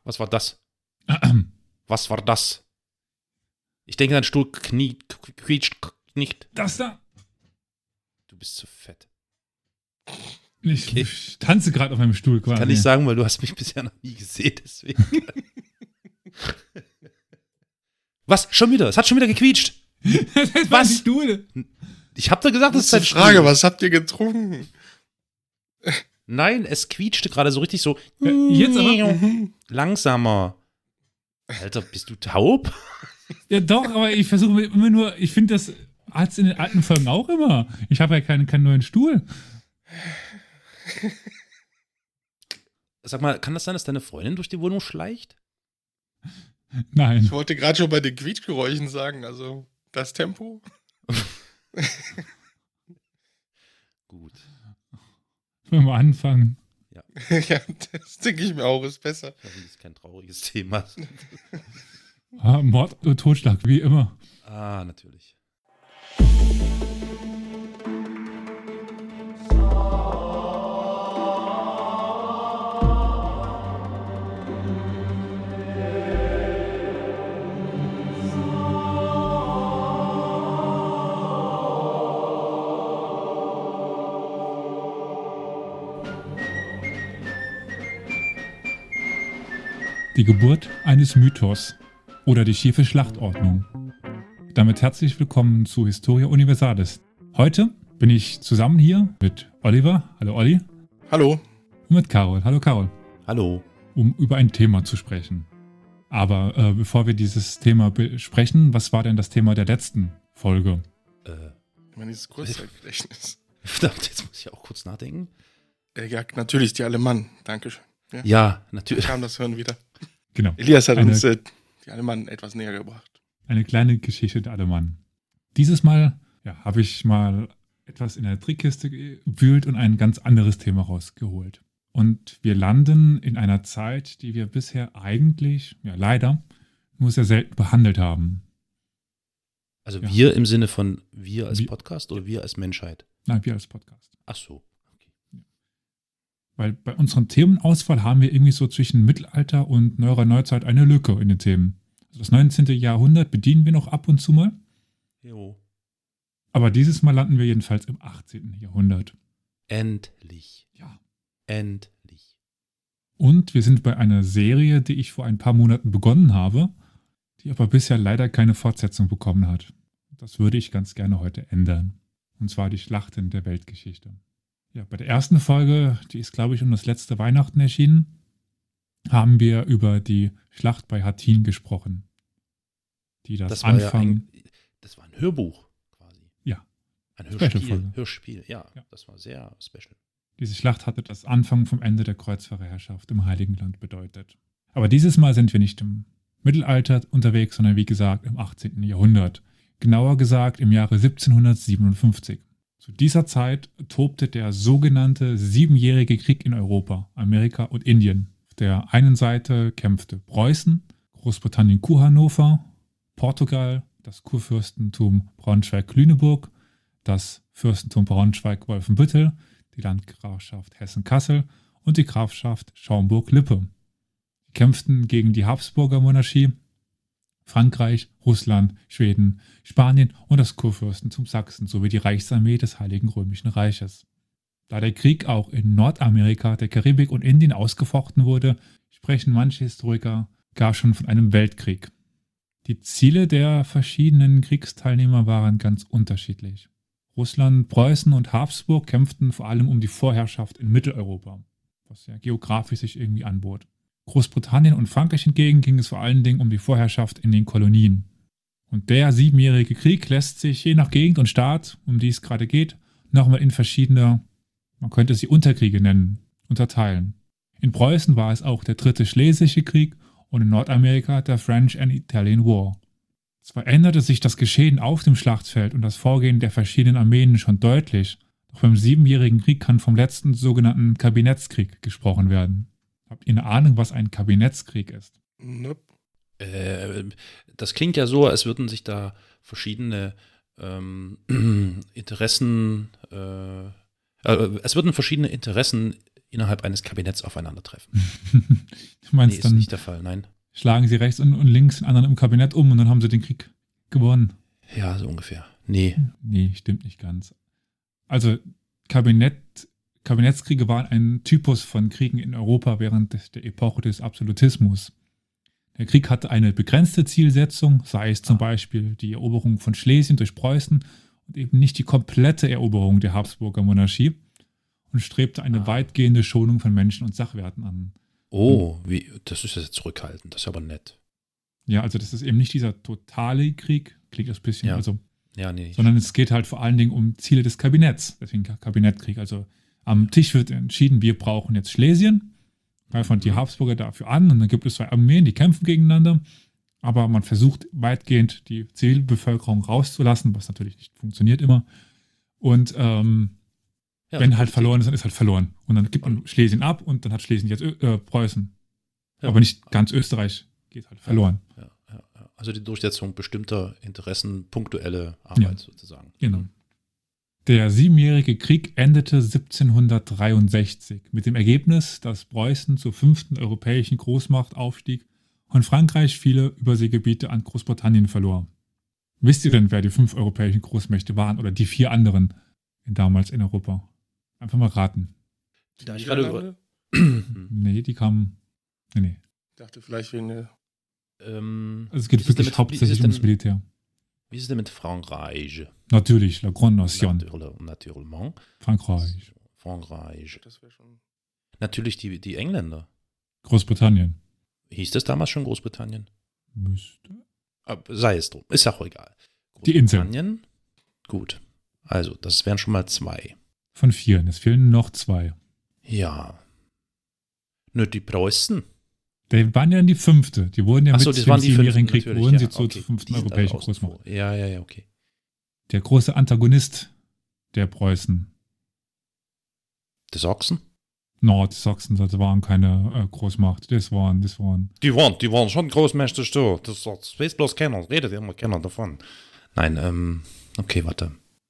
Was war das? Was war das? Ich denke, dein Stuhl quietscht nicht. Das da. Du bist zu fett. Ich tanze gerade auf meinem Stuhl quasi. Kann ich sagen, weil du hast mich bisher noch nie gesehen, deswegen. Was? Schon wieder? Es hat schon wieder gequietscht. Das war ein Stuhl. Ich hab doch gesagt, das ist die ein Frage, Stuhl. was habt ihr getrunken? Nein, es quietschte gerade so richtig so. Jetzt aber. Langsamer. Alter, bist du taub? Ja doch, aber ich versuche immer nur, ich finde, das hat es in den alten Folgen auch immer. Ich habe ja keinen neuen Stuhl. Sag mal, kann das sein, dass deine Freundin durch die Wohnung schleicht? Nein. Ich wollte gerade schon bei den Quietschgeräuschen sagen, also das Tempo. Gut. Wollen wir anfangen? Ja, das denke ich mir auch, ist besser. Das ist kein trauriges Thema. Mord und Totschlag, wie immer. Ah, natürlich. Die Geburt eines Mythos oder die schiefe Schlachtordnung. Damit herzlich willkommen zu Historia Universalis. Heute bin ich zusammen hier mit Oliver, hallo Olli, Hallo. und mit Carol, hallo Carol, Hallo. um über ein Thema zu sprechen. Aber bevor wir dieses Thema besprechen, was war denn das Thema der letzten Folge? Ich meine, dieses Kurzzeitgedächtnis. Verdammt, jetzt muss ich auch kurz nachdenken. Ja, natürlich, die Alemann. Dankeschön. Ja, natürlich. Kam das Hören wieder. Genau. Elias hat uns die Alemann etwas näher gebracht. Eine kleine Geschichte der Alemann. Dieses Mal habe ich mal etwas in der Trickkiste gewühlt und ein ganz anderes Thema rausgeholt. Und wir landen in einer Zeit, die wir bisher eigentlich, leider, nur sehr selten behandelt haben. Also Ja. wir im Sinne von wir als Wir- Podcast oder wir als Menschheit? Nein, wir als Podcast. Ach so. Weil bei unserem Themenauswahl haben wir irgendwie so zwischen Mittelalter und neuerer Neuzeit eine Lücke in den Themen. Also das 19. Jahrhundert bedienen wir noch ab und zu mal. Jo. Aber dieses Mal landen wir jedenfalls im 18. Jahrhundert. Endlich. Ja. Endlich. Und wir sind bei einer Serie, die ich vor ein paar Monaten begonnen habe, die aber bisher leider keine Fortsetzung bekommen hat. Das würde ich ganz gerne heute ändern. Und zwar die Schlachten der Weltgeschichte. Ja, bei der ersten Folge, die ist, glaube ich, um das letzte Weihnachten erschienen, haben wir über die Schlacht bei Hattin gesprochen. Die das war Anfang. das war ein Hörbuch quasi. Ja. Ein Special-Folge. Hörspiel, ja. Ja. Das war sehr special. Diese Schlacht hatte das Anfang vom Ende der Kreuzfahrerherrschaft im Heiligen Land bedeutet. Aber dieses Mal sind wir nicht im Mittelalter unterwegs, sondern wie gesagt im 18. Jahrhundert. Genauer gesagt im Jahre 1757. Zu dieser Zeit tobte der sogenannte Siebenjährige Krieg in Europa, Amerika und Indien. Auf der einen Seite kämpfte Preußen, Großbritannien Kurhannover, Portugal, das Kurfürstentum Braunschweig-Lüneburg, das Fürstentum Braunschweig-Wolfenbüttel, die Landgrafschaft Hessen-Kassel und die Grafschaft Schaumburg-Lippe. Sie kämpften gegen die Habsburger Monarchie, Frankreich, Russland, Schweden, Spanien und das Kurfürstentum Sachsen sowie die Reichsarmee des Heiligen Römischen Reiches. Da der Krieg auch in Nordamerika, der Karibik und Indien ausgefochten wurde, sprechen manche Historiker gar schon von einem Weltkrieg. Die Ziele der verschiedenen Kriegsteilnehmer waren ganz unterschiedlich. Russland, Preußen und Habsburg kämpften vor allem um die Vorherrschaft in Mitteleuropa, was ja geografisch sich irgendwie anbot. Großbritannien und Frankreich hingegen ging es vor allen Dingen um die Vorherrschaft in den Kolonien. Und der Siebenjährige Krieg lässt sich je nach Gegend und Staat, um die es gerade geht, nochmal in verschiedene, man könnte sie Unterkriege nennen, unterteilen. In Preußen war es auch der Dritte Schlesische Krieg und in Nordamerika der French and Italian War. Zwar änderte sich das Geschehen auf dem Schlachtfeld und das Vorgehen der verschiedenen Armeen schon deutlich, doch beim Siebenjährigen Krieg kann vom letzten sogenannten Kabinettskrieg gesprochen werden. Habt ihr eine Ahnung, was ein Kabinettskrieg ist? Nope. Das klingt ja so, als würden sich da verschiedene Interessen, es würden verschiedene Interessen innerhalb eines Kabinetts aufeinandertreffen. Du meinst, ist dann nicht der Fall, nein. schlagen sie rechts und links den anderen im Kabinett um und dann haben sie den Krieg gewonnen. Ja, so ungefähr. Nee. Nee, stimmt nicht ganz. Also Kabinettskriege waren ein Typus von Kriegen in Europa während der Epoche des Absolutismus. Der Krieg hatte eine begrenzte Zielsetzung, sei es zum Beispiel die Eroberung von Schlesien durch Preußen und eben nicht die komplette Eroberung der Habsburger Monarchie und strebte eine weitgehende Schonung von Menschen und Sachwerten an. Oh, das ist jetzt zurückhaltend. Das ist aber nett. Ja, also das ist eben nicht dieser totale Krieg, klingt das ein bisschen, Ja. also, Ja, nee. sondern es geht halt vor allen Dingen um Ziele des Kabinetts, deswegen Kabinettkrieg. Also am Tisch wird entschieden, wir brauchen jetzt Schlesien, greifen die Habsburger dafür an und dann gibt es zwei Armeen, die kämpfen gegeneinander, aber man versucht weitgehend die Zivilbevölkerung rauszulassen, was natürlich nicht funktioniert immer. Und Ja, wenn so halt Politik. verloren ist, dann ist halt verloren. Und dann gibt man Schlesien ab und dann hat Schlesien jetzt Preußen. Ja. Aber nicht ganz Österreich geht halt verloren. Ja. Also die Durchsetzung bestimmter Interessen, punktuelle Arbeit sozusagen. Genau. Der Siebenjährige Krieg endete 1763 mit dem Ergebnis, dass Preußen zur 5. europäischen Großmacht aufstieg und Frankreich viele Überseegebiete an Großbritannien verlor. Wisst ihr denn, wer die 5 europäischen Großmächte waren oder die 4 anderen damals in Europa? Einfach mal raten. Die Da ich gerade Niederlande? Nee, die kamen. Nee. Ich dachte vielleicht wegen der. Also es geht Wie ist es denn wirklich mit- hauptsächlich wie ist es ums denn- Militär. Wie ist es denn mit Frankreich? Natürlich, la Grande Nation. Naturellement. Frankreich. Frankreich. Das wäre schon. Natürlich die Engländer. Großbritannien. Hieß das damals schon Großbritannien? Müsste. Sei es drum. Ist auch egal. Die Inseln. Großbritannien. Gut. Also, das wären schon mal 2. Von 4. Es fehlen noch 2. Ja. Nur die Preußen. Die waren ja die 5. Die wurden ja Achso, mit das dem waren die 5. Siebenjährigen Krieg, natürlich, wurden ja, sie zur okay. 5. Die sind europäischen also außen Großmacht. vor. Ja, okay. Der große Antagonist der Preußen. Die Sachsen? Nordsachsen, das waren keine Großmacht. Das waren. Die waren schon großmächtig, so. Das weiß bloß keiner. Redet immer keiner davon. Nein, okay, warte.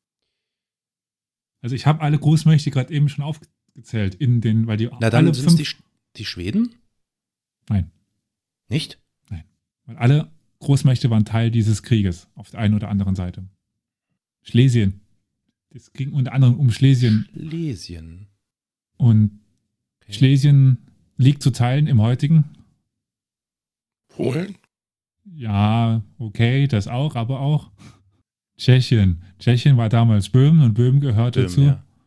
Also ich habe alle Großmächte gerade eben schon aufgezählt, weil die Na, dann alle sind es 5, die Schweden? Nein. Nicht? weil alle Großmächte waren Teil dieses Krieges auf der einen oder anderen Seite. Schlesien. Es ging unter anderem um Schlesien Schlesien. und Okay. Schlesien liegt zu Teilen im heutigen. Polen? Ja, okay, das auch, aber auch Tschechien. Tschechien war damals Böhmen und Böhmen gehörte Böhmen, zu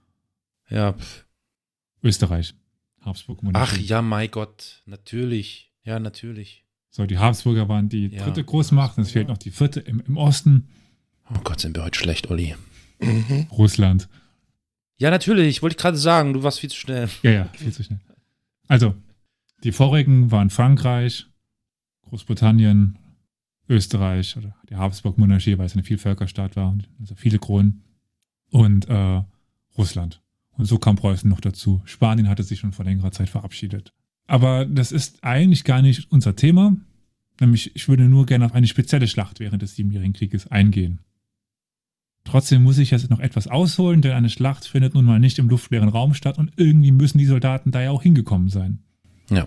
ja. Österreich. Habsburg-Monarchie. Ach ja, mein Gott. Natürlich. Ja, natürlich. So, die Habsburger waren die Ja, 3. Großmacht, und es fehlt noch die 4. im Osten, Oh Gott, sind wir heute schlecht, Olli. Mhm. Russland. Ja, natürlich. Wollte ich gerade sagen. Du warst viel zu schnell. Ja, viel zu schnell. Also, die vorigen waren Frankreich, Großbritannien, Österreich oder die Habsburg-Monarchie, weil es eine Vielvölkerstaat war, also viele Kronen, und Russland. Und so kam Preußen noch dazu. Spanien hatte sich schon vor längerer Zeit verabschiedet. Aber das ist eigentlich gar nicht unser Thema. Nämlich, ich würde nur gerne auf eine spezielle Schlacht während des Siebenjährigen Krieges eingehen. Trotzdem muss ich jetzt noch etwas ausholen, denn eine Schlacht findet nun mal nicht im luftleeren Raum statt und irgendwie müssen die Soldaten da ja auch hingekommen sein. Ja.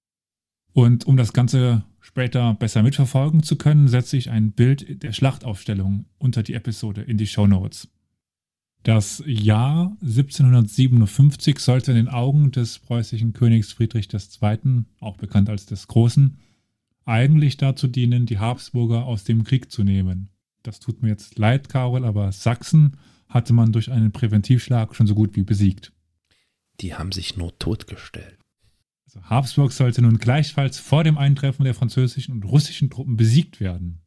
Und um das Ganze später besser mitverfolgen zu können, setze ich ein Bild der Schlachtaufstellung unter die Episode in die Shownotes. Das Jahr 1757 sollte in den Augen des preußischen Königs Friedrich II., auch bekannt als des Großen, eigentlich dazu dienen, die Habsburger aus dem Krieg zu nehmen. Das tut mir jetzt leid, Karol, aber Sachsen hatte man durch einen Präventivschlag schon so gut wie besiegt. Die haben sich nur totgestellt. Also Habsburg sollte nun gleichfalls vor dem Eintreffen der französischen und russischen Truppen besiegt werden.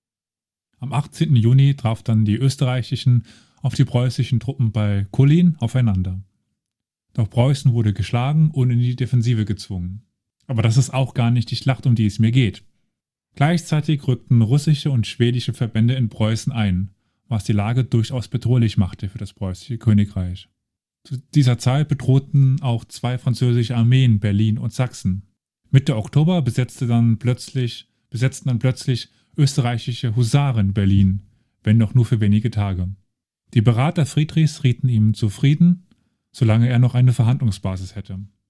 Am 18. Juni traf dann die österreichischen auf die preußischen Truppen bei Kollin aufeinander. Doch Preußen wurde geschlagen und in die Defensive gezwungen. Aber das ist auch gar nicht die Schlacht, um die es mir geht. Gleichzeitig rückten russische und schwedische Verbände in Preußen ein, was die Lage durchaus bedrohlich machte für das preußische Königreich. Zu dieser Zeit bedrohten auch 2 französische Armeen Berlin und Sachsen. Mitte Oktober besetzten dann plötzlich österreichische Husaren Berlin, wenn doch nur für wenige Tage. Die Berater Friedrichs rieten ihm zu Frieden, solange er noch eine Verhandlungsbasis hätte.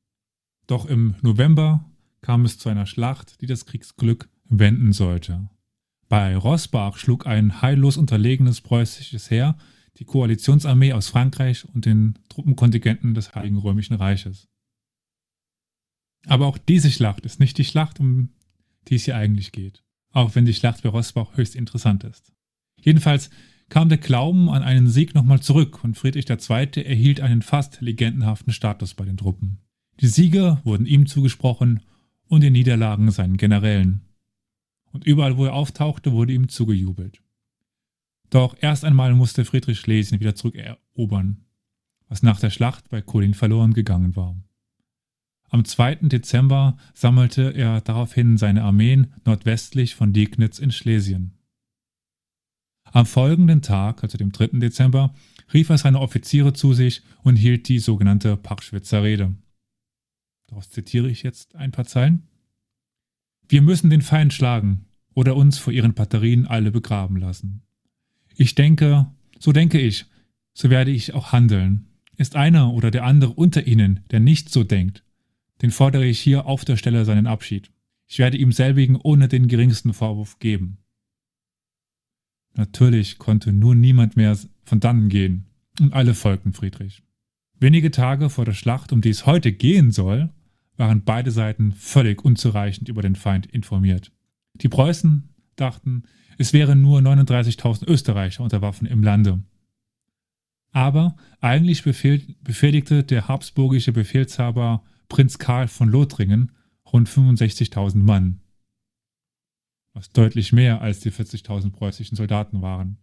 Doch im November kam es zu einer Schlacht, die das Kriegsglück wenden sollte. Bei Rossbach schlug ein heillos unterlegenes preußisches Heer die Koalitionsarmee aus Frankreich und den Truppenkontingenten des Heiligen Römischen Reiches. Aber auch diese Schlacht ist nicht die Schlacht, um die es hier eigentlich geht, auch wenn die Schlacht bei Rossbach höchst interessant ist. Jedenfalls kam der Glauben an einen Sieg nochmal zurück und Friedrich II. Erhielt einen fast legendenhaften Status bei den Truppen. Die Siege wurden ihm zugesprochen und die Niederlagen seinen Generälen. Und überall, wo er auftauchte, wurde ihm zugejubelt. Doch erst einmal musste Friedrich Schlesien wieder zurückerobern, was nach der Schlacht bei Kolding verloren gegangen war. Am 2. Dezember sammelte er daraufhin seine Armeen nordwestlich von Liegnitz in Schlesien. Am folgenden Tag, also dem 3. Dezember, rief er seine Offiziere zu sich und hielt die sogenannte Pachschwitzer Rede. Daraus zitiere ich jetzt ein paar Zeilen. Wir müssen den Feind schlagen oder uns vor ihren Batterien alle begraben lassen. Ich denke, so werde ich auch handeln. Ist einer oder der andere unter Ihnen, der nicht so denkt, den fordere ich hier auf der Stelle seinen Abschied. Ich werde ihm selbigen ohne den geringsten Vorwurf geben. Natürlich konnte nun niemand mehr von dannen gehen, und alle folgten Friedrich. Wenige Tage vor der Schlacht, um die es heute gehen soll, waren beide Seiten völlig unzureichend über den Feind informiert. Die Preußen dachten, es wären nur 39.000 Österreicher unter Waffen im Lande. Aber eigentlich befehligte der habsburgische Befehlshaber Prinz Karl von Lothringen rund 65.000 Mann, was deutlich mehr als die 40.000 preußischen Soldaten waren.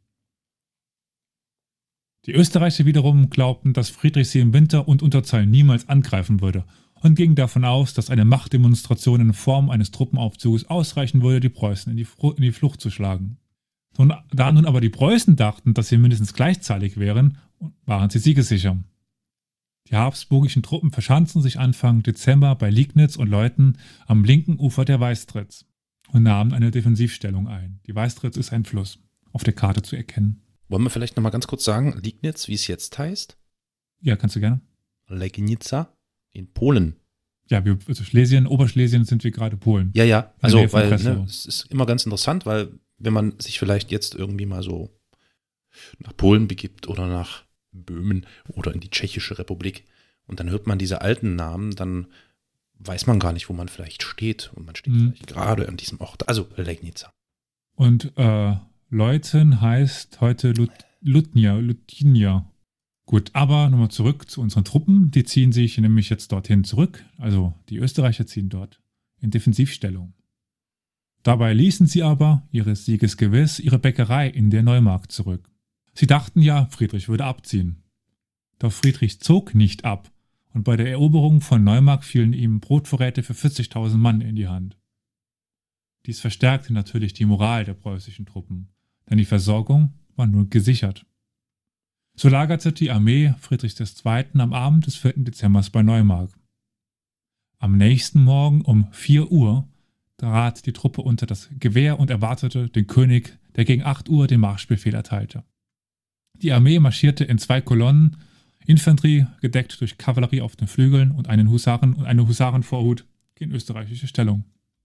Die Österreicher wiederum glaubten, dass Friedrich sie im Winter und Unterzahl niemals angreifen würde und gingen davon aus, dass eine Machtdemonstration in Form eines Truppenaufzuges ausreichen würde, die Preußen in die Flucht zu schlagen. Da nun aber die Preußen dachten, dass sie mindestens gleichzahlig wären, waren sie siegessicher. Die habsburgischen Truppen verschanzten sich Anfang Dezember bei Liegnitz und Leuthen am linken Ufer der Weistritz und nahmen eine Defensivstellung ein. Die Weistritz ist ein Fluss, auf der Karte zu erkennen. Wollen wir vielleicht nochmal ganz kurz sagen, Liegnitz, wie es jetzt heißt? Ja, kannst du gerne. Legnica in Polen. Ja, also Schlesien, Oberschlesien sind wir gerade Polen. Ja, also weil es ist immer ganz interessant, weil wenn man sich vielleicht jetzt irgendwie mal so nach Polen begibt oder nach Böhmen oder in die Tschechische Republik und dann hört man diese alten Namen, dann weiß man gar nicht, wo man vielleicht steht und man steht vielleicht gerade an diesem Ort, also Legnica. Und Leuthen heißt heute Lutnia. Gut, aber nochmal zurück zu unseren Truppen. Die ziehen sich nämlich jetzt dorthin zurück. Also die Österreicher ziehen dort in Defensivstellung. Dabei ließen sie aber, ihres Sieges gewiss, ihre Bäckerei in der Neumark zurück. Sie dachten ja, Friedrich würde abziehen. Doch Friedrich zog nicht ab und bei der Eroberung von Neumark fielen ihm Brotvorräte für 40.000 Mann in die Hand. Dies verstärkte natürlich die Moral der preußischen Truppen, denn die Versorgung war nur gesichert. So lagerte die Armee Friedrichs II. Am Abend des 4. Dezember bei Neumark. Am nächsten Morgen um 4 Uhr trat die Truppe unter das Gewehr und erwartete den König, der gegen 8 Uhr den Marschbefehl erteilte. Die Armee marschierte in 2 Kolonnen, Infanterie gedeckt durch Kavallerie auf den Flügeln und eine Husarenvorhut in österreichische Stellung.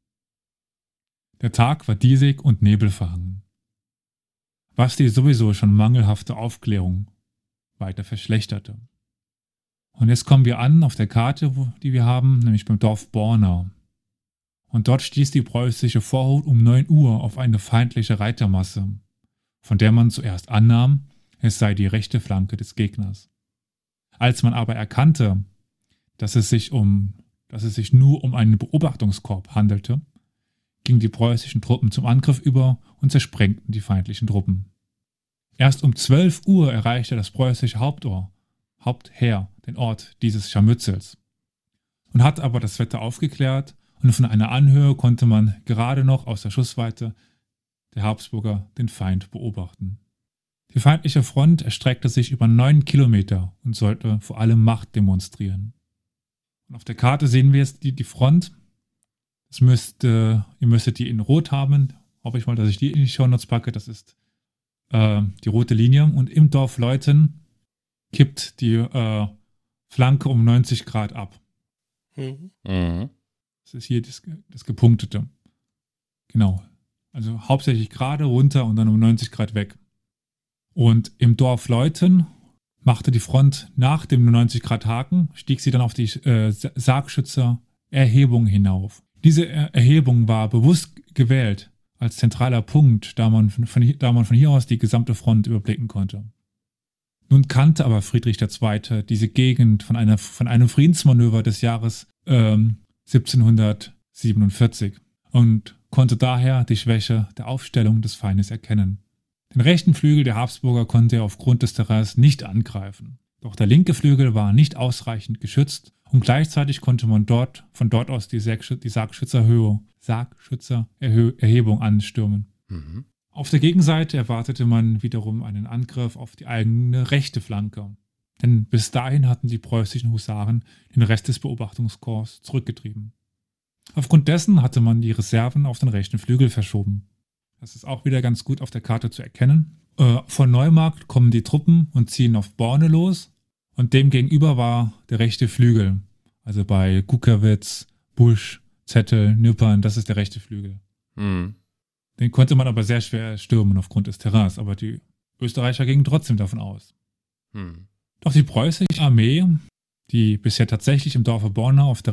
Der Tag war diesig und nebelverhangen, was die sowieso schon mangelhafte Aufklärung weiter verschlechterte. Und jetzt kommen wir an auf der Karte, die wir haben, nämlich beim Dorf Borna. Und dort stieß die preußische Vorhut um 9 Uhr auf eine feindliche Reitermasse, von der man zuerst annahm, es sei die rechte Flanke des Gegners. Als man aber erkannte, dass es sich nur um einen Beobachtungskorb handelte, gingen die preußischen Truppen zum Angriff über und zersprengten die feindlichen Truppen. Erst um 12 Uhr erreichte das preußische Hauptheer den Ort dieses Scharmützels und hat aber das Wetter aufgeklärt und von einer Anhöhe konnte man gerade noch aus der Schussweite der Habsburger den Feind beobachten. Die feindliche Front erstreckte sich über 9 Kilometer und sollte vor allem Macht demonstrieren. Und auf der Karte sehen wir jetzt die Front. Ihr müsstet die in Rot haben. Hoffe ich mal, dass ich die in die Shownotes packe. Das ist die rote Linie. Und im Dorf Leuthen kippt die Flanke um 90 Grad ab. Mhm. Mhm. Das ist hier das Gepunktete. Genau. Also hauptsächlich gerade runter und dann um 90 Grad weg. Und im Dorf Leuthen machte die Front nach dem 90-Grad-Haken, stieg sie dann auf die Sargschützer-Erhebung hinauf. Diese Erhebung war bewusst gewählt als zentraler Punkt, da man von hier aus die gesamte Front überblicken konnte. Nun kannte aber Friedrich II. Diese Gegend von einem Friedensmanöver des Jahres 1747 und konnte daher die Schwäche der Aufstellung des Feindes erkennen. Den rechten Flügel der Habsburger konnte er aufgrund des Terrains nicht angreifen. Doch der linke Flügel war nicht ausreichend geschützt und gleichzeitig konnte man von dort aus die Sargschützererhebung anstürmen. Mhm. Auf der Gegenseite erwartete man wiederum einen Angriff auf die eigene rechte Flanke. Denn bis dahin hatten die preußischen Husaren den Rest des Beobachtungskorps zurückgetrieben. Aufgrund dessen hatte man die Reserven auf den rechten Flügel verschoben. Das ist auch wieder ganz gut auf der Karte zu erkennen. Von Neumarkt kommen die Truppen und ziehen auf Borne los. Und dem gegenüber war der rechte Flügel. Also bei Guckerwitz, Busch, Zettel, Nüppern, das ist der rechte Flügel. Mhm. Den konnte man aber sehr schwer stürmen aufgrund des Terrains. Aber die Österreicher gingen trotzdem davon aus. Mhm. Doch die preußische Armee, die bisher tatsächlich im Dorfe Borna auf die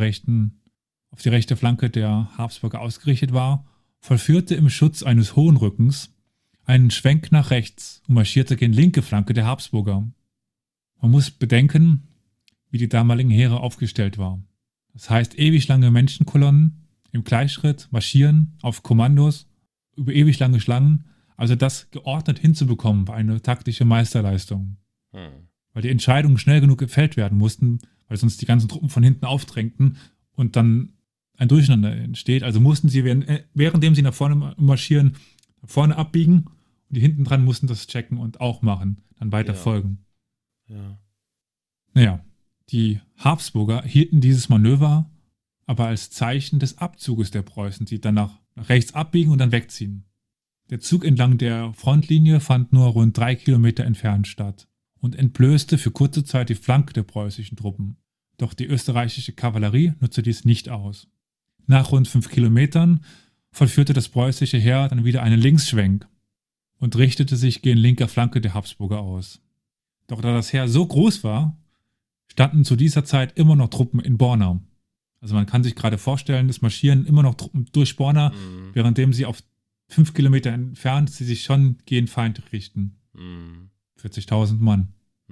rechte Flanke der Habsburger ausgerichtet war, vollführte im Schutz eines hohen Rückens einen Schwenk nach rechts und marschierte gegen linke Flanke der Habsburger. Man muss bedenken, wie die damaligen Heere aufgestellt waren. Das heißt, ewig lange Menschenkolonnen im Gleichschritt marschieren auf Kommandos über ewig lange Schlangen. Also das geordnet hinzubekommen war eine taktische Meisterleistung. Weil die Entscheidungen schnell genug gefällt werden mussten, weil sonst die ganzen Truppen von hinten aufdrängten und dann ein Durcheinander entsteht. Also mussten sie, währenddem sie nach vorne marschieren, nach vorne abbiegen und die hinten dran mussten das checken und auch machen, dann weiter folgen. Ja. Naja, die Habsburger hielten dieses Manöver aber als Zeichen des Abzuges der Preußen, die dann nach rechts abbiegen und dann wegziehen. Der Zug entlang der Frontlinie fand nur rund 3 Kilometer entfernt statt und entblößte für kurze Zeit die Flanke der preußischen Truppen. Doch die österreichische Kavallerie nutzte dies nicht aus. Nach rund 5 Kilometern vollführte das preußische Heer dann wieder einen Linksschwenk und richtete sich gegen linker Flanke der Habsburger aus. Doch da das Heer so groß war, standen zu dieser Zeit immer noch Truppen in Borna. Also man kann sich gerade vorstellen, es marschieren immer noch Truppen durch Borna, währenddem sie auf 5 Kilometer entfernt sie sich schon gegen Feind richten. 40.000 Mann.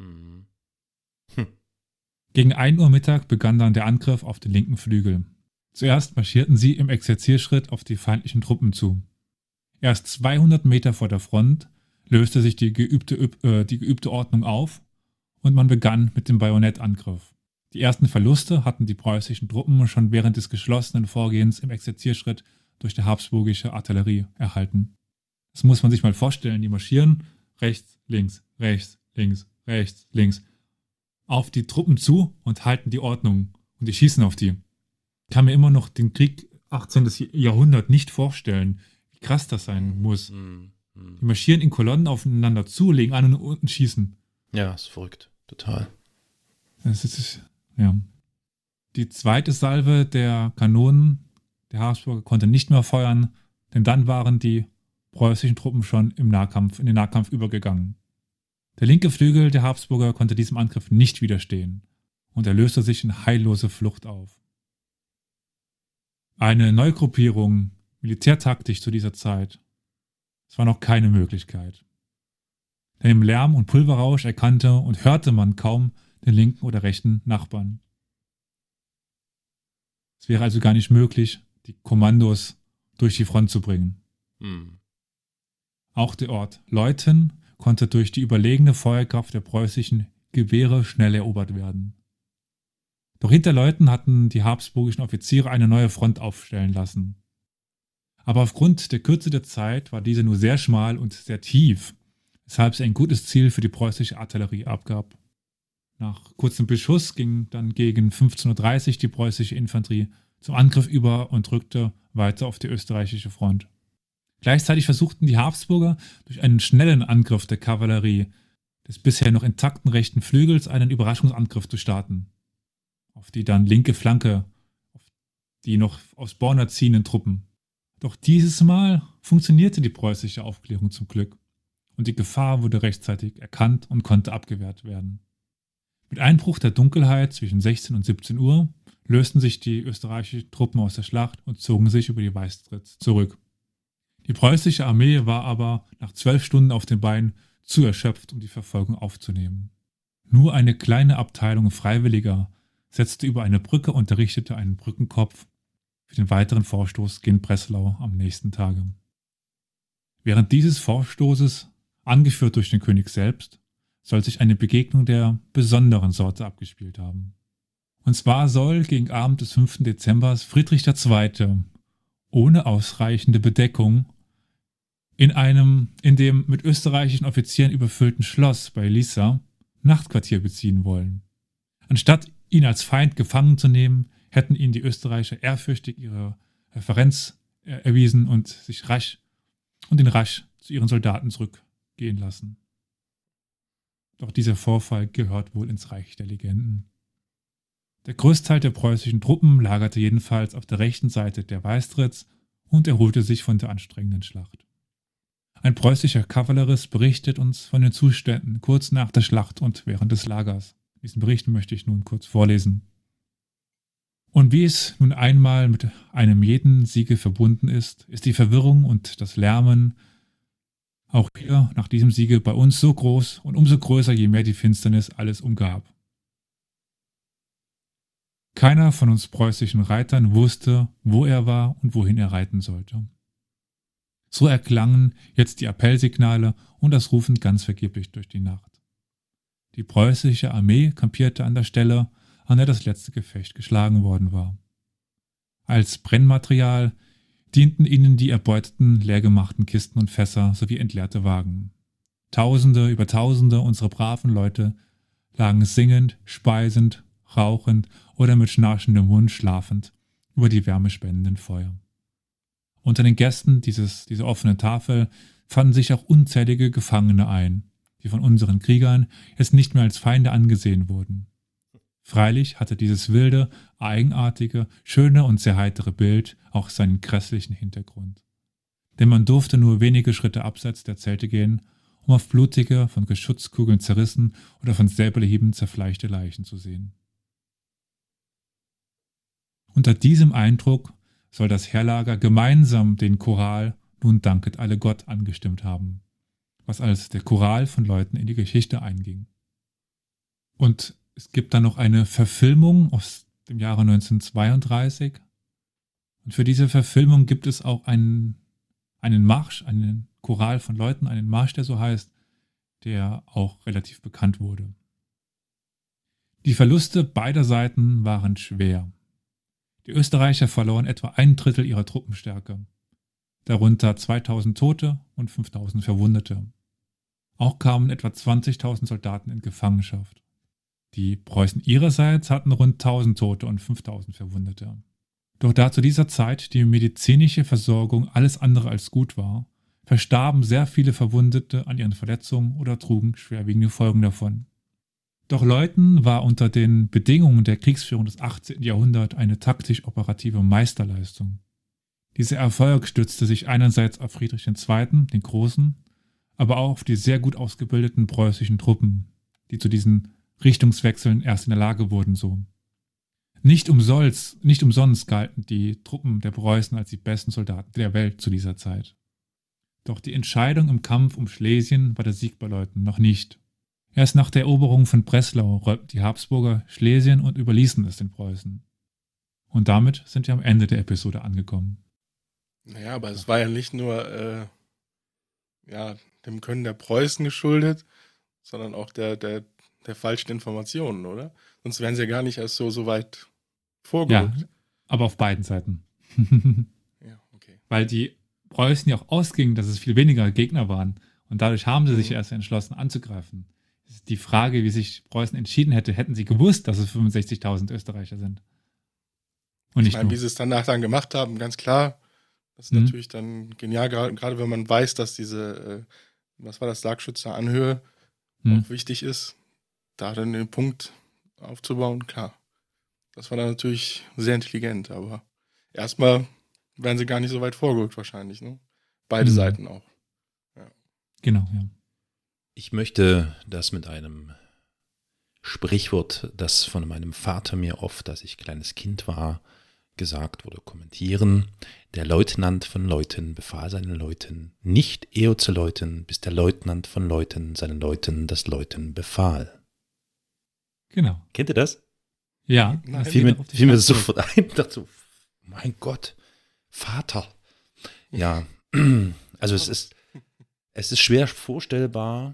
Gegen 1 Uhr Mittag begann dann der Angriff auf den linken Flügel. Zuerst marschierten sie im Exerzierschritt auf die feindlichen Truppen zu. Erst 200 Meter vor der Front löste sich die geübte Ordnung auf und man begann mit dem Bajonettangriff. Die ersten Verluste hatten die preußischen Truppen schon während des geschlossenen Vorgehens im Exerzierschritt durch die habsburgische Artillerie erhalten. Das muss man sich mal vorstellen, die marschieren rechts, links, rechts, links, rechts, links auf die Truppen zu und halten die Ordnung und die schießen auf die. Ich kann mir immer noch den Krieg 18. Jahrhundert nicht vorstellen, wie krass das sein muss. Die marschieren in Kolonnen aufeinander zu, legen an und unten schießen. Ja, ist verrückt. Total. Das ist, ja. Die zweite Salve der Kanonen der Habsburger konnte nicht mehr feuern, denn dann waren die preußischen Truppen schon in den Nahkampf übergegangen. Der linke Flügel der Habsburger konnte diesem Angriff nicht widerstehen und er löste sich in heillose Flucht auf. Eine Neugruppierung, militärtaktisch zu dieser Zeit, das war noch keine Möglichkeit. Denn im Lärm und Pulverrausch erkannte und hörte man kaum den linken oder rechten Nachbarn. Es wäre also gar nicht möglich, die Kommandos durch die Front zu bringen. Auch der Ort Leuthen konnte durch die überlegene Feuerkraft der preußischen Gewehre schnell erobert werden. Doch hinter Leuthen hatten die habsburgischen Offiziere eine neue Front aufstellen lassen. Aber aufgrund der Kürze der Zeit war diese nur sehr schmal und sehr tief, weshalb sie ein gutes Ziel für die preußische Artillerie abgab. Nach kurzem Beschuss ging dann gegen 15:30 Uhr die preußische Infanterie zum Angriff über und rückte weiter auf die österreichische Front. Gleichzeitig versuchten die Habsburger durch einen schnellen Angriff der Kavallerie des bisher noch intakten rechten Flügels einen Überraschungsangriff zu starten, auf die dann linke Flanke die noch aus Borna ziehenden Truppen. Doch dieses Mal funktionierte die preußische Aufklärung zum Glück und die Gefahr wurde rechtzeitig erkannt und konnte abgewehrt werden. Mit Einbruch der Dunkelheit zwischen 16 und 17 Uhr lösten sich die österreichischen Truppen aus der Schlacht und zogen sich über die Weißritz zurück. Die preußische Armee war aber nach 12 Stunden auf den Beinen zu erschöpft, um die Verfolgung aufzunehmen. Nur eine kleine Abteilung Freiwilliger setzte über eine Brücke und errichtete einen Brückenkopf für den weiteren Vorstoß gen Breslau am nächsten Tage. Während dieses Vorstoßes, angeführt durch den König selbst, soll sich eine Begegnung der besonderen Sorte abgespielt haben. Und zwar soll gegen Abend des 5. Dezember Friedrich II. Ohne ausreichende Bedeckung in dem mit österreichischen Offizieren überfüllten Schloss bei Lissa Nachtquartier beziehen wollen. Anstatt ihn als Feind gefangen zu nehmen, hätten ihn die Österreicher ehrfürchtig ihre Referenz erwiesen und ihn rasch zu ihren Soldaten zurückgehen lassen. Doch dieser Vorfall gehört wohl ins Reich der Legenden. Der Großteil der preußischen Truppen lagerte jedenfalls auf der rechten Seite der Weißritz und erholte sich von der anstrengenden Schlacht. Ein preußischer Kavallerist berichtet uns von den Zuständen kurz nach der Schlacht und während des Lagers. Diesen Bericht möchte ich nun kurz vorlesen. Und wie es nun einmal mit einem jeden Siege verbunden ist, ist die Verwirrung und das Lärmen auch hier nach diesem Siege bei uns so groß und umso größer, je mehr die Finsternis alles umgab. Keiner von uns preußischen Reitern wusste, wo er war und wohin er reiten sollte. So erklangen jetzt die Appellsignale und das Rufen ganz vergeblich durch die Nacht. Die preußische Armee kampierte an der Stelle, an der das letzte Gefecht geschlagen worden war. Als Brennmaterial dienten ihnen die erbeuteten, leergemachten Kisten und Fässer sowie entleerte Wagen. Tausende über Tausende unserer braven Leute lagen singend, speisend, rauchend oder mit schnarchendem Mund schlafend über die wärmespendenden Feuer. Unter den Gästen dieser offenen Tafel fanden sich auch unzählige Gefangene ein, die von unseren Kriegern jetzt nicht mehr als Feinde angesehen wurden. Freilich hatte dieses wilde, eigenartige, schöne und sehr heitere Bild auch seinen grässlichen Hintergrund. Denn man durfte nur wenige Schritte abseits der Zelte gehen, um auf blutige, von Geschutzkugeln zerrissen oder von Säbelhieben zerfleischte Leichen zu sehen. Unter diesem Eindruck soll das Heerlager gemeinsam den Choral »Nun danket alle Gott« angestimmt haben, was als der Choral von Leuten in die Geschichte einging. Und es gibt dann noch eine Verfilmung aus dem Jahre 1932. Und für diese Verfilmung gibt es auch einen Marsch, einen Choral von Leuten, einen Marsch, der so heißt, der auch relativ bekannt wurde. Die Verluste beider Seiten waren schwer. Die Österreicher verloren etwa 1/3 ihrer Truppenstärke, darunter 2000 Tote und 5000 Verwundete. Auch kamen etwa 20.000 Soldaten in Gefangenschaft. Die Preußen ihrerseits hatten rund 1000 Tote und 5000 Verwundete. Doch da zu dieser Zeit die medizinische Versorgung alles andere als gut war, verstarben sehr viele Verwundete an ihren Verletzungen oder trugen schwerwiegende Folgen davon. Doch Leuthen war unter den Bedingungen der Kriegsführung des 18. Jahrhunderts eine taktisch-operative Meisterleistung. Dieser Erfolg stützte sich einerseits auf Friedrich II., den Großen, aber auch auf die sehr gut ausgebildeten preußischen Truppen, die zu diesen Richtungswechseln erst in der Lage wurden so. Nicht umsonst galten die Truppen der Preußen als die besten Soldaten der Welt zu dieser Zeit. Doch die Entscheidung im Kampf um Schlesien war der Sieg bei Leuthen noch nicht. Erst nach der Eroberung von Breslau räumten die Habsburger Schlesien und überließen es den Preußen. Und damit sind wir am Ende der Episode angekommen. Naja, aber es war ja nicht nur dem Können der Preußen geschuldet, sondern auch der falschen Informationen, oder? Sonst wären sie ja gar nicht erst so weit vorgerückt. Ja, aber auf beiden Seiten. Ja, okay. Weil die Preußen ja auch ausgingen, dass es viel weniger Gegner waren. Und dadurch haben sie sich erst entschlossen anzugreifen. Es ist die Frage, wie sich Preußen entschieden hätte, hätten sie gewusst, dass es 65.000 Österreicher sind. Und ich meine, wie sie es danach dann gemacht haben, ganz klar. Das ist natürlich dann genial, gerade wenn man weiß, dass diese, was war das, Sargschützer-Anhöhe auch wichtig ist, da dann den Punkt aufzubauen, klar. Das war dann natürlich sehr intelligent, aber erstmal wären sie gar nicht so weit vorgerückt wahrscheinlich, ne? Beide Seiten auch. Genau, ja. Ich möchte das mit einem Sprichwort, das von meinem Vater mir oft, als ich kleines Kind war, gesagt wurde, kommentieren. Der Leutnant von Leuten befahl seinen Leuten, nicht eher zu läuten, bis der Leutnant von Leuten seinen Leuten das Läuten befahl. Genau. Kennt ihr das? Ja. Nein, das Fiel geht mir auf die das Schlacht sofort ein. Ich dachte so, mein Gott, Vater. Ja, also es ist schwer vorstellbar.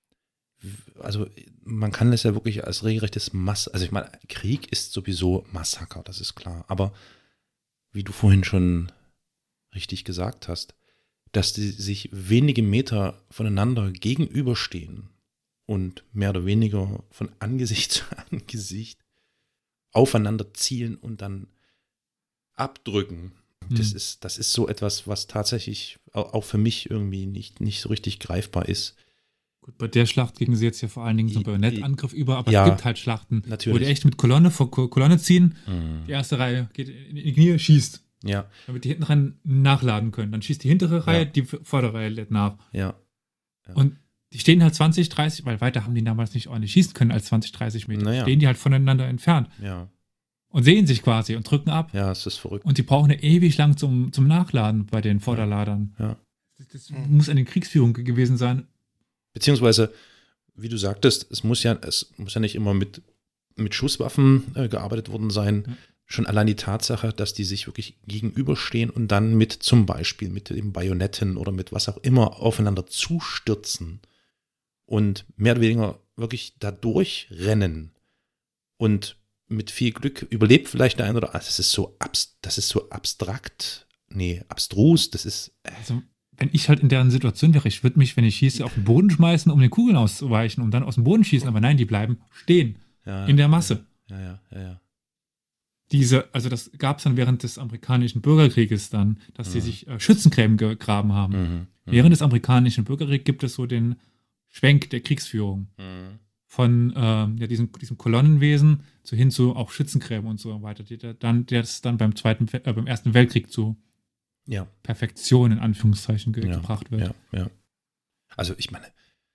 Also man kann es ja wirklich als regelrechtes also ich meine, Krieg ist sowieso Massaker, das ist klar. Aber wie du vorhin schon richtig gesagt hast, dass die sich wenige Meter voneinander gegenüberstehen und mehr oder weniger von Angesicht zu Angesicht aufeinander zielen und dann abdrücken. Das ist so etwas, was tatsächlich auch für mich irgendwie nicht so richtig greifbar ist. Gut, bei der Schlacht gingen sie jetzt ja vor allen Dingen so einen Bajonettangriff über, aber Ja, es gibt halt Schlachten, natürlich. wo die echt mit Kolonne vor Kolonne ziehen, die erste Reihe geht in die Knie, schießt, Ja, damit die hinten rein nachladen können. Dann schießt die hintere Reihe, Ja. die vordere Reihe lädt nach. ja. Und die stehen halt 20, 30, weil weiter haben die damals nicht ordentlich schießen können als 20, 30 Meter. Naja. Stehen die halt voneinander entfernt Ja, und sehen sich quasi und drücken ab. ja, es ist verrückt. Und die brauchen ja ewig lang zum Nachladen bei den Vorderladern. Ja. Das muss eine Kriegsführung gewesen sein. Beziehungsweise, wie du sagtest, es muss ja nicht immer mit Schusswaffen gearbeitet worden sein. Ja. Schon allein die Tatsache, dass die sich wirklich gegenüberstehen und dann mit zum Beispiel mit den Bajonetten oder mit was auch immer aufeinander zustürzen und mehr oder weniger wirklich da durchrennen und mit viel Glück überlebt vielleicht der eine oder andere. Das ist so abstrakt, abstrus, das ist Also, wenn ich halt in deren Situation wäre, ich würde mich, wenn ich schieße, auf den Boden schmeißen, um den Kugeln auszuweichen und dann aus dem Boden schießen. Aber nein, die bleiben stehen in der Masse. Ja. Also das gab es dann während des amerikanischen Bürgerkrieges dann, dass sie sich Schützengräben gegraben haben. Während des amerikanischen Bürgerkriegs gibt es so den Schwenk der Kriegsführung von diesem Kolonnenwesen hin zu auch Schützengräben und so weiter, der das dann beim Ersten Weltkrieg zu Perfektion in Anführungszeichen gebracht wird. Ja. Also ich meine,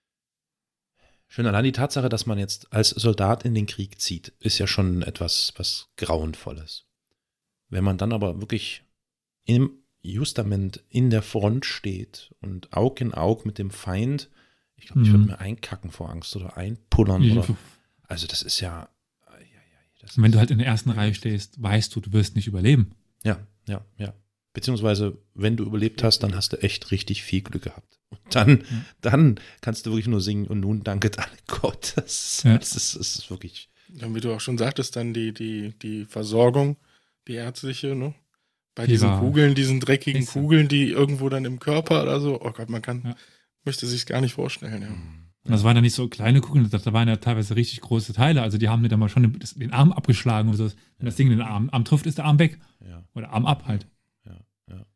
schon allein die Tatsache, dass man jetzt als Soldat in den Krieg zieht, ist ja schon etwas, was Grauenvolles. Wenn man dann aber wirklich im Justament in der Front steht und Aug in Aug mit dem Feind, ich glaube, ich würde mir einkacken vor Angst oder einpullern. Also das ist ja. Und wenn du halt in der ersten Reihe stehst, weißt du wirst nicht überleben. Ja. Beziehungsweise, wenn du überlebt hast, dann hast du echt richtig viel Glück gehabt. Und dann kannst du wirklich nur singen und nun danket alle Gott. Das ist wirklich. Dann, wie du auch schon sagtest, dann die Versorgung, die ärztliche, ne? Bei diesen Kugeln, diesen dreckigen Kugeln, die irgendwo dann im Körper oder so, oh Gott, möchte sich gar nicht vorstellen, ja. Und das waren ja nicht so kleine Kugeln, da waren ja teilweise richtig große Teile. Also die haben mir dann mal schon den Arm abgeschlagen und so. Wenn das Ding den Arm trifft, ist der Arm weg. Ja. Oder Arm ab halt. Ja.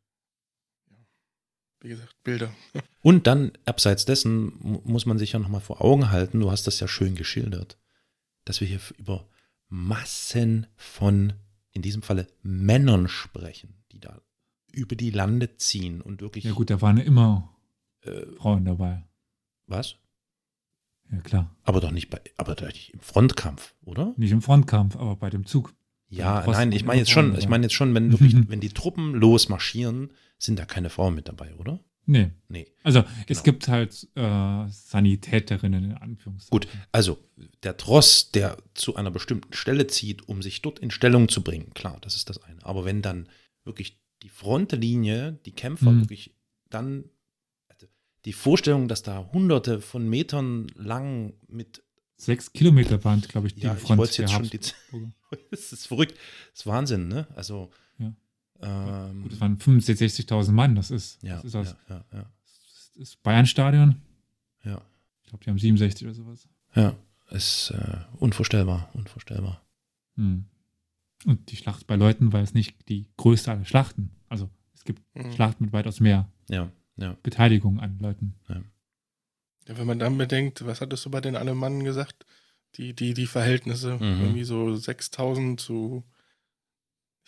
Wie gesagt, Bilder. Und dann, abseits dessen, muss man sich ja nochmal vor Augen halten, du hast das ja schön geschildert, dass wir hier über Massen von, in diesem Falle, Männern sprechen, die da über die Lande ziehen und wirklich. Ja gut, da waren ja immer Frauen dabei. Was? Ja, klar. Aber doch nicht im Frontkampf, oder? Nicht im Frontkampf, aber bei dem Zug. Ja, nein, ich meine jetzt schon, wenn wirklich, wenn die Truppen losmarschieren, sind da keine Frauen mit dabei, oder? Nee. Also es Genau. gibt halt Sanitäterinnen in Anführungszeichen. Gut, also der Tross, der zu einer bestimmten Stelle zieht, um sich dort in Stellung zu bringen, klar, das ist das eine. Aber wenn dann wirklich die Frontlinie, die Kämpfer wirklich dann, also die Vorstellung, dass da Hunderte von Metern lang mit 6 Kilometer waren, glaube ich, die ja, Front. ich wollte jetzt schon das ist verrückt, das ist Wahnsinn, ne? Also gut, das waren 65.000, 60.000 Mann, das ist das ist Bayern-Stadion. Ja. Ich glaube, die haben 67 oder sowas. Ja, ist unvorstellbar. Und die Schlacht bei Leuten war jetzt nicht die größte aller Schlachten. Also es gibt Schlachten mit weitaus mehr Beteiligung an Leuten. Ja, wenn man dann bedenkt, was hattest du bei den Alemannen gesagt? Die Verhältnisse, irgendwie so 6.000 zu,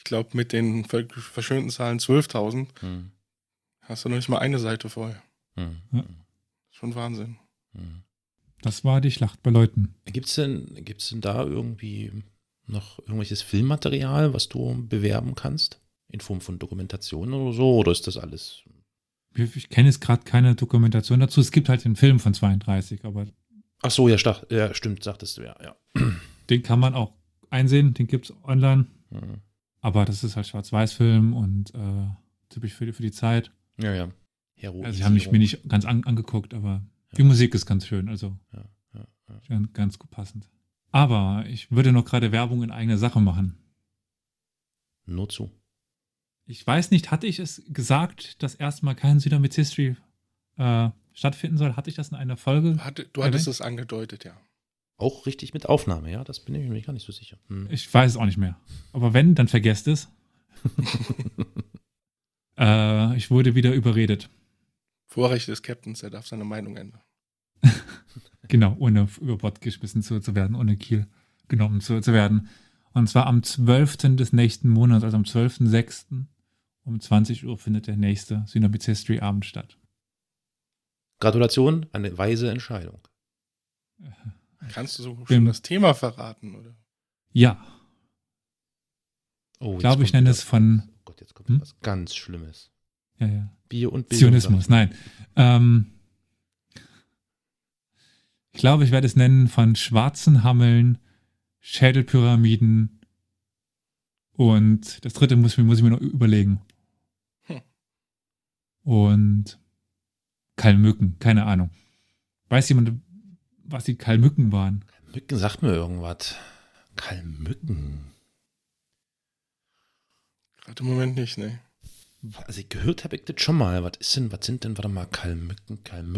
Ich glaube, mit den verschönten Zahlen 12.000 hast du noch nicht mal eine Seite voll. Ja. Schon Wahnsinn. Das war die Schlacht bei Leuten. Gibt's denn da irgendwie noch irgendwelches Filmmaterial, was du bewerben kannst? In Form von Dokumentationen oder so? Oder ist das alles? Ich kenne jetzt gerade keine Dokumentation dazu. Es gibt halt den Film von 32, aber Ach so, ja, stimmt, sagtest du, ja. den kann man auch einsehen, den gibt es online. Mhm. Aber das ist halt Schwarz-Weiß-Film und typisch für die Zeit. Ja. Also ich habe mich mir nicht ganz angeguckt, aber die Musik ist ganz schön, also ganz gut passend. Aber ich würde noch gerade Werbung in eigener Sache machen. Nur zu. Ich weiß nicht, hatte ich es gesagt, dass erstmal kein Synonym History stattfinden soll? Hatte ich das in einer Folge? Du hattest es angedeutet, ja. Auch richtig mit Aufnahme, ja? Das bin ich mir gar nicht so sicher. Ich weiß es auch nicht mehr. Aber wenn, dann vergesst es. Ich wurde wieder überredet. Vorrecht des Captains, er darf seine Meinung ändern. Genau, ohne über Bord geschmissen zu werden, ohne Kiel genommen zu werden. Und zwar am 12. des nächsten Monats, also am 12.06. um 20 Uhr findet der nächste Synonym History Abend statt. Gratulation, eine weise Entscheidung. Kannst du schon das Thema verraten, oder? Ja. Oh, ich glaube, ich nenne es von... Oh Gott, jetzt kommt was ganz Schlimmes. Ja. Bier und Bildung. Zionismus, nein. Ich glaube, ich werde es nennen von schwarzen Hammeln, Schädelpyramiden und das dritte muss ich mir noch überlegen. Und Kalmücken, keine Ahnung. Weiß jemand, was die Kalmücken waren? Kalmücken sagt mir irgendwas. Kalmücken. Gerade im Moment nicht, ne? Also gehört habe ich das schon mal. Was sind denn, warte mal, Kalmücken.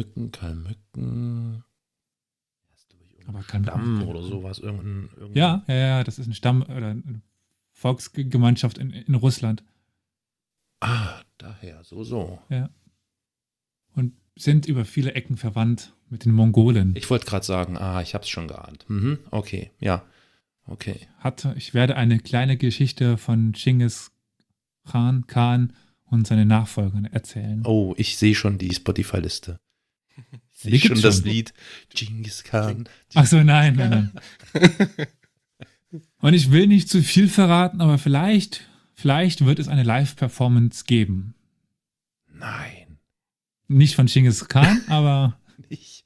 Aber Stamm oder sowas. Ja, das ist ein Stamm oder eine Volksgemeinschaft in Russland. Ah, daher, so. Ja. Und sind über viele Ecken verwandt mit den Mongolen. Ich wollte gerade sagen, ich habe es schon geahnt. Okay, ja. Okay. Ich werde eine kleine Geschichte von Genghis Khan und seine Nachfolger erzählen. Oh, ich sehe schon die Spotify-Liste. Ich sehe schon das Lied Genghis Khan. Ach so, nein. Und ich will nicht zu viel verraten, aber vielleicht wird es eine Live-Performance geben. Nein. Nicht von Genghis Khan, aber nicht.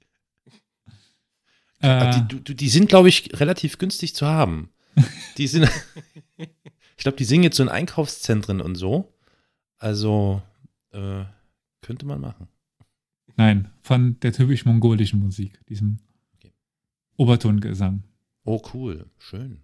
Die sind, glaube ich, relativ günstig zu haben. Ich glaube, die singen jetzt so in Einkaufszentren und so. Also, könnte man machen. Nein, von der typisch mongolischen Musik, diesem Obertongesang. Oh, cool. Schön.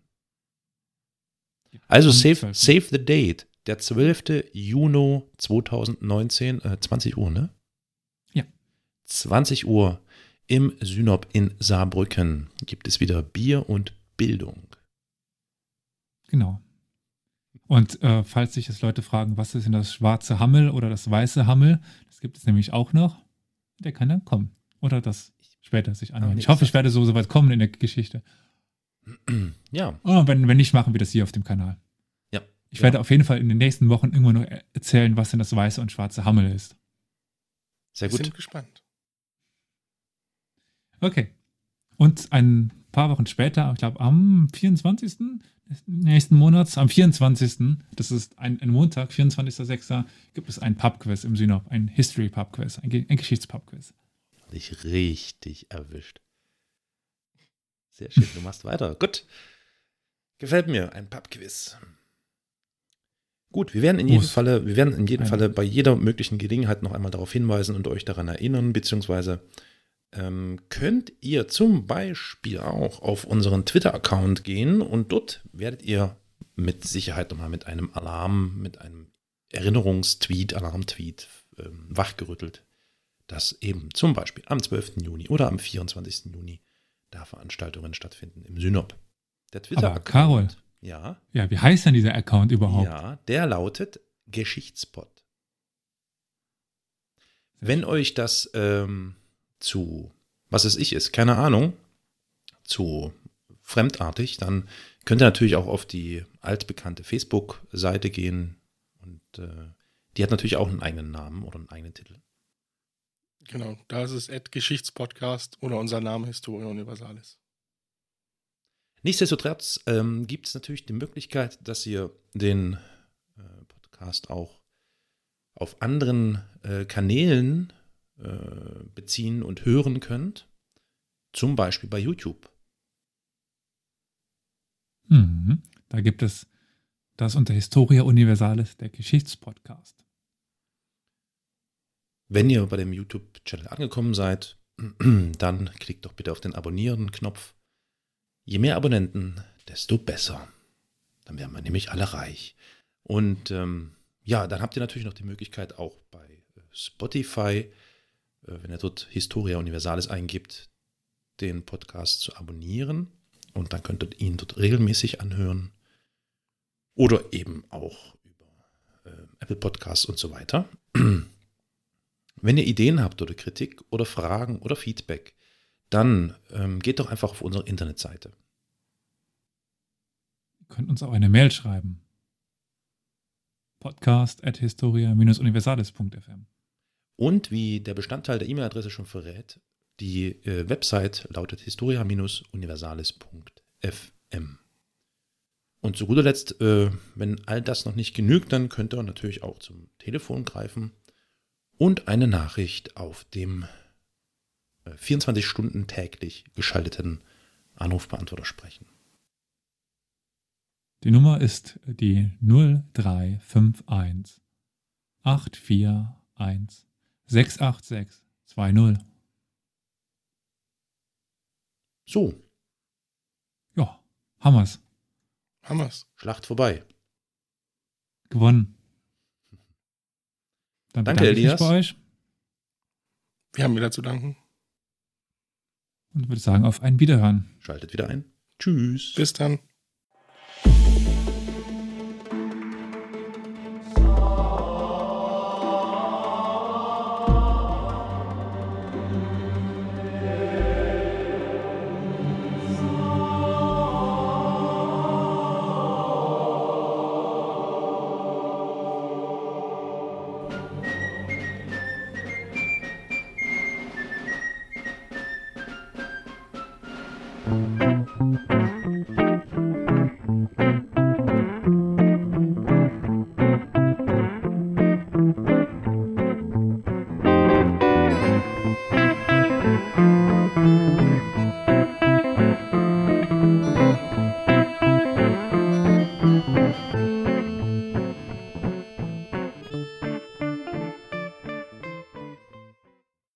Also, save the date. Der 12. Juni 2019, 20 Uhr, ne? Ja. 20 Uhr im Synop in Saarbrücken gibt es wieder Bier und Bildung. Genau. Und falls sich jetzt Leute fragen, was ist denn das schwarze Hammel oder das weiße Hammel, das gibt es nämlich auch noch, der kann dann kommen. Oder das später sich anhören. Ich hoffe, ich werde so weit kommen in der Geschichte. Ja. Oh, wenn nicht, machen wir das hier auf dem Kanal. Ja. Ich werde auf jeden Fall in den nächsten Wochen irgendwann noch erzählen, was denn das weiße und schwarze Hammel ist. Sehr gut. Wir sind gespannt. Okay. Und ein paar Wochen später, ich glaube am 24. nächsten Monats, am 24., das ist ein Montag, 24.06., gibt es ein Pubquiz im Synop, ein History-Pubquiz, ein Geschichts-Pubquiz. Dich richtig erwischt. Sehr schön, du machst weiter. Gut. Gefällt mir, ein Pubquiz. Gut, wir werden in jedem Falle bei jeder möglichen Gelegenheit noch einmal darauf hinweisen und euch daran erinnern, beziehungsweise könnt ihr zum Beispiel auch auf unseren Twitter-Account gehen und dort werdet ihr mit Sicherheit nochmal mit einem Erinnerungstweet, Alarmtweet wachgerüttelt, dass eben zum Beispiel am 12. Juni oder am 24. Juni da Veranstaltungen stattfinden im Synop. Der Twitter-Account. Aber Carol, ja, wie heißt denn dieser Account überhaupt? Ja, der lautet Geschichtspot. Wenn euch das zu, was es ist, keine Ahnung, zu fremdartig, dann Könnt ihr natürlich auch auf die altbekannte Facebook-Seite gehen und die hat natürlich auch einen eigenen Namen oder einen eigenen Titel. Genau, da ist es @Geschichtspodcast oder unser Name Historia Universalis. Nichtsdestotrotz gibt es natürlich die Möglichkeit, dass ihr den Podcast auch auf anderen Kanälen beziehen und hören könnt. Zum Beispiel bei YouTube. Da gibt es das unter Historia Universalis, der Geschichtspodcast. Wenn ihr bei dem YouTube-Channel angekommen seid, dann klickt doch bitte auf den Abonnieren-Knopf. Je mehr Abonnenten, desto besser. Dann werden wir nämlich alle reich. Und dann habt ihr natürlich noch die Möglichkeit, auch bei Spotify, wenn ihr dort Historia Universalis eingibt, den Podcast zu abonnieren. Und dann könnt ihr ihn dort regelmäßig anhören. Oder eben auch über Apple Podcasts und so weiter. Wenn ihr Ideen habt oder Kritik oder Fragen oder Feedback, dann geht doch einfach auf unsere Internetseite. Ihr könnt uns auch eine Mail schreiben. podcast@historia-universalis.fm. Und wie der Bestandteil der E-Mail-Adresse schon verrät, die Website lautet historia-universalis.fm. Und zu guter Letzt, wenn all das noch nicht genügt, dann könnt ihr natürlich auch zum Telefon greifen und eine Nachricht auf dem 24 Stunden täglich geschalteten Anrufbeantworter sprechen. Die Nummer ist die 0351 841 686 20. So. Ja, Hammers. Schlacht vorbei. Gewonnen. Dann Danke, bedanke ich mich Elias. bei euch Wir haben wieder zu danken. und würde sagen, auf ein Wiederhören. Schaltet wieder ein. Tschüss. Bis dann.